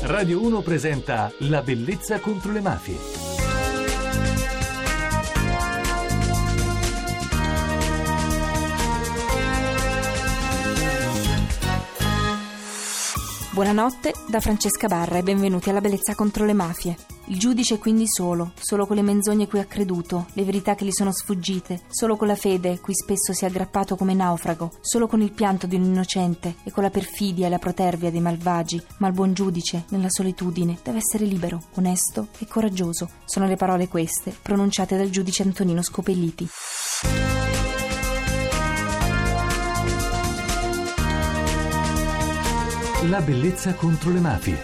Radio 1 presenta La bellezza contro le mafie. Buonanotte da Francesca Barra e benvenuti alla Bellezza contro le mafie. Il giudice è quindi solo con le menzogne cui ha creduto, le verità che gli sono sfuggite, solo con la fede cui spesso si è aggrappato come naufrago, solo con il pianto di un innocente e con la perfidia e la protervia dei malvagi, ma il buon giudice, nella solitudine, deve essere libero, onesto e coraggioso. Sono le parole queste, pronunciate dal giudice Antonino Scopelliti. La bellezza contro le mafie.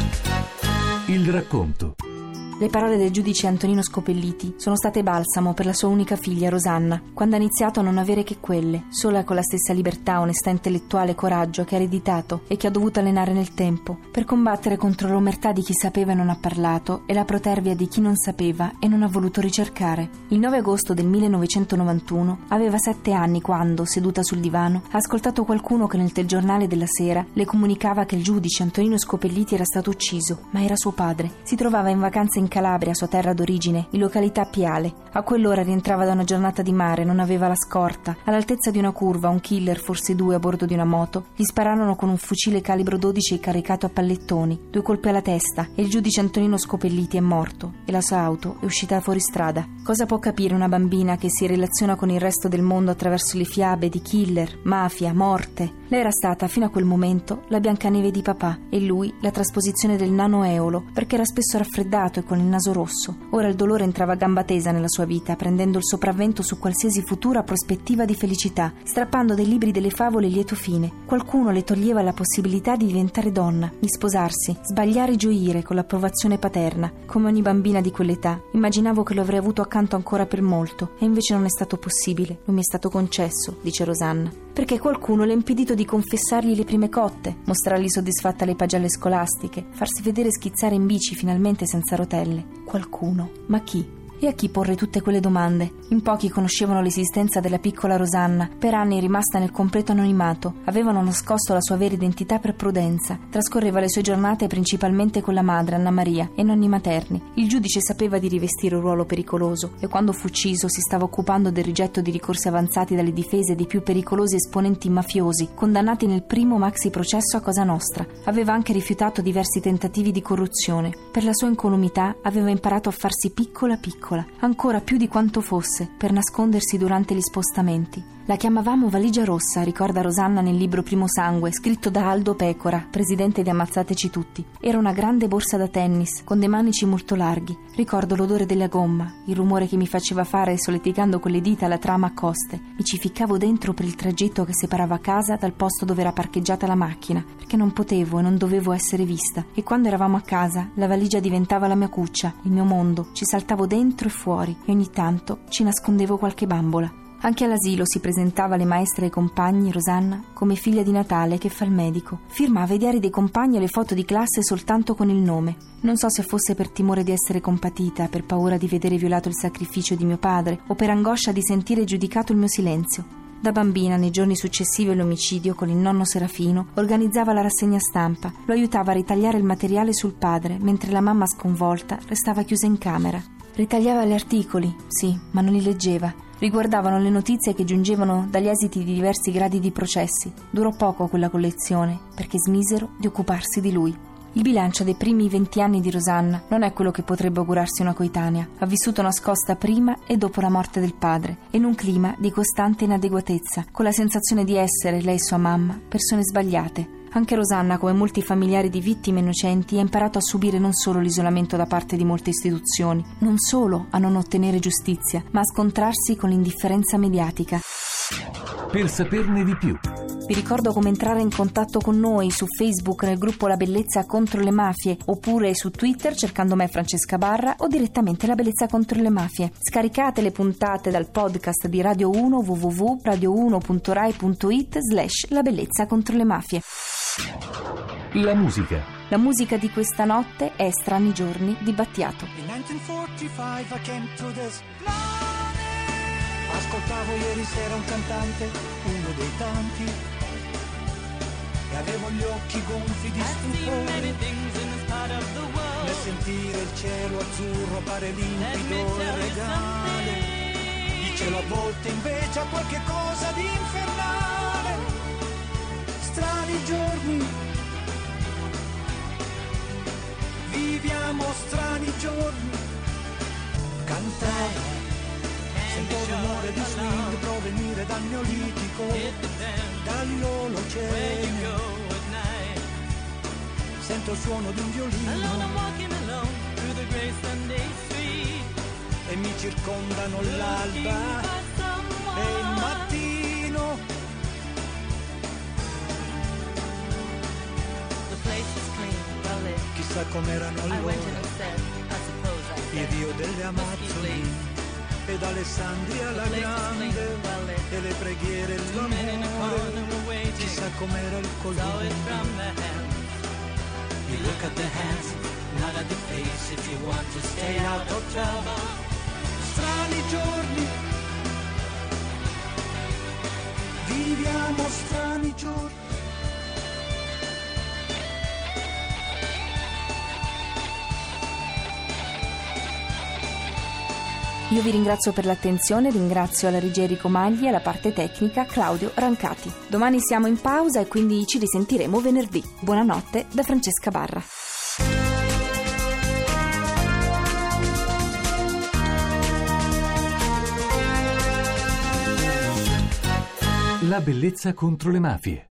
Il racconto. Le parole del giudice Antonino Scopelliti sono state balsamo per la sua unica figlia Rosanna, quando ha iniziato a non avere che quelle, sola con la stessa libertà, onestà intellettuale e coraggio che ha ereditato e che ha dovuto allenare nel tempo, per combattere contro l'omertà di chi sapeva e non ha parlato e la protervia di chi non sapeva e non ha voluto ricercare. Il 9 agosto del 1991 aveva 7 anni quando, seduta sul divano, ha ascoltato qualcuno che nel telegiornale della sera le comunicava che il giudice Antonino Scopelliti era stato ucciso, ma era suo padre. Si trovava in vacanza in Calabria, sua terra d'origine, in località Piale. A quell'ora rientrava da una giornata di mare, non aveva la scorta. All'altezza di una curva, un killer, forse 2, a bordo di una moto, gli spararono con un fucile calibro 12 caricato a pallettoni, 2 colpi alla testa, e il giudice Antonino Scopelliti è morto e la sua auto è uscita fuori strada. Cosa può capire una bambina che si relaziona con il resto del mondo attraverso le fiabe di killer, mafia, morte? Lei era stata, fino a quel momento, la Biancaneve di papà e lui la trasposizione del nano Eolo, perché era spesso raffreddato e con il naso rosso. Ora il dolore entrava a gamba tesa nella sua vita, prendendo il sopravvento su qualsiasi futura prospettiva di felicità, strappando dai libri delle favole il lieto fine. Qualcuno le toglieva la possibilità di diventare donna, di sposarsi, sbagliare e gioire con l'approvazione paterna. Come ogni bambina di quell'età, immaginavo che lo avrei avuto accanto ancora per molto, e invece non è stato possibile, non mi è stato concesso, dice Rosanna, perché qualcuno le ha impedito di confessargli le prime cotte, mostrargli soddisfatta le pagelle scolastiche, farsi vedere schizzare in bici finalmente senza rotelle. Qualcuno, ma chi? E a chi porre tutte quelle domande? In pochi conoscevano l'esistenza della piccola Rosanna, per anni rimasta nel completo anonimato. Avevano nascosto la sua vera identità per prudenza. Trascorreva le sue giornate principalmente con la madre, Anna Maria, e nonni materni. Il giudice sapeva di rivestire un ruolo pericoloso e quando fu ucciso si stava occupando del rigetto di ricorsi avanzati dalle difese dei più pericolosi esponenti mafiosi, condannati nel primo maxi processo a Cosa Nostra. Aveva anche rifiutato diversi tentativi di corruzione. Per la sua incolumità aveva imparato a farsi piccola, ancora più di quanto fosse, per nascondersi durante gli spostamenti. La chiamavamo valigia rossa, ricorda Rosanna nel libro Primo Sangue, scritto da Aldo Pecora, presidente di Ammazzateci Tutti. Era una grande borsa da tennis, con dei manici molto larghi. Ricordo l'odore della gomma, il rumore che mi faceva fare solleticando con le dita la trama a coste. Mi ci ficcavo dentro per il tragitto che separava casa dal posto dove era parcheggiata la macchina, perché non potevo e non dovevo essere vista. E quando eravamo a casa, la valigia diventava la mia cuccia, il mio mondo. Ci saltavo dentro e fuori e ogni tanto ci nascondevo qualche bambola. Anche all'asilo si presentava alle maestre e ai compagni, Rosanna, come figlia di Natale che fa il medico. Firmava i diari dei compagni e le foto di classe soltanto con il nome. Non so se fosse per timore di essere compatita, per paura di vedere violato il sacrificio di mio padre o per angoscia di sentire giudicato il mio silenzio. Da bambina, nei giorni successivi all'omicidio, con il nonno Serafino, organizzava la rassegna stampa. Lo aiutava a ritagliare il materiale sul padre, mentre la mamma sconvolta restava chiusa in camera. Ritagliava gli articoli, sì, ma non li leggeva. Riguardavano le notizie che giungevano dagli esiti di diversi gradi di processi. Durò poco quella collezione, perché smisero di occuparsi di lui. Il bilancio dei primi 20 anni di Rosanna non è quello che potrebbe augurarsi una coetanea. Ha vissuto nascosta prima e dopo la morte del padre, in un clima di costante inadeguatezza, con la sensazione di essere, lei e sua mamma, persone sbagliate. Anche Rosanna, come molti familiari di vittime innocenti, ha imparato a subire non solo l'isolamento da parte di molte istituzioni, non solo a non ottenere giustizia, ma a scontrarsi con l'indifferenza mediatica. Per saperne di più. Vi ricordo come entrare in contatto con noi su Facebook nel gruppo La Bellezza contro le mafie, oppure su Twitter cercando me Francesca Barra o direttamente La Bellezza contro le mafie. Scaricate le puntate dal podcast di Radio 1 www.radio1.rai.it/La Bellezza contro le mafie. La musica. La musica di questa notte è Strani giorni di Battiato. In 1945 I came to this planet. Ascoltavo ieri sera un cantante, uno dei tanti, e avevo gli occhi gonfi di stupore. nel sentire il cielo azzurro pare limpido e regale. Il cielo a volte invece ha qualche cosa di infernale. Strani giorni, viviamo strani giorni. Cantava, sento il rumore di swing provenire dal neolitico, dall'Olocene. Sento il suono di un violino e mi circondano l'alba e il mattino. Chissà com'erano allora il rio delle Amazzoni ed Alessandria la Grande e le preghiere e l'amore. Chissà com'era il Colombia. You look at the hands, not at the face, if you want to stay out of trouble. Strani giorni, viviamo strani giorni. Io vi ringrazio per l'attenzione, ringrazio la regia Enrico Magli e la parte tecnica Claudio Rancati. Domani siamo in pausa e quindi ci risentiremo venerdì. Buonanotte da Francesca Barra. La bellezza contro le mafie.